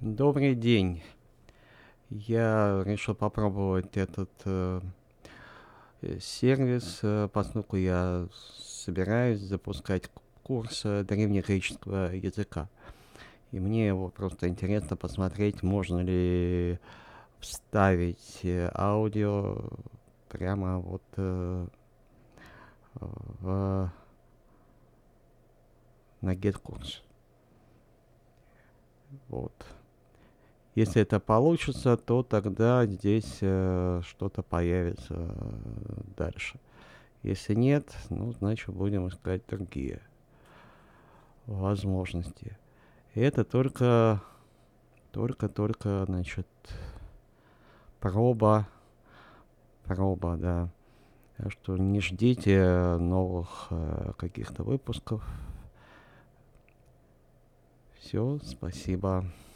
Добрый день. Я решил попробовать этот сервис, поскольку я собираюсь запускать курс древнегреческого языка. И мне вот просто интересно посмотреть, можно ли вставить аудио прямо вот на GetCourse. Вот. Если это получится, то тогда здесь что-то появится дальше. Если нет, ну, значит, будем искать другие возможности. И это только, значит, проба, да. Так что не ждите новых каких-то выпусков. Все, спасибо.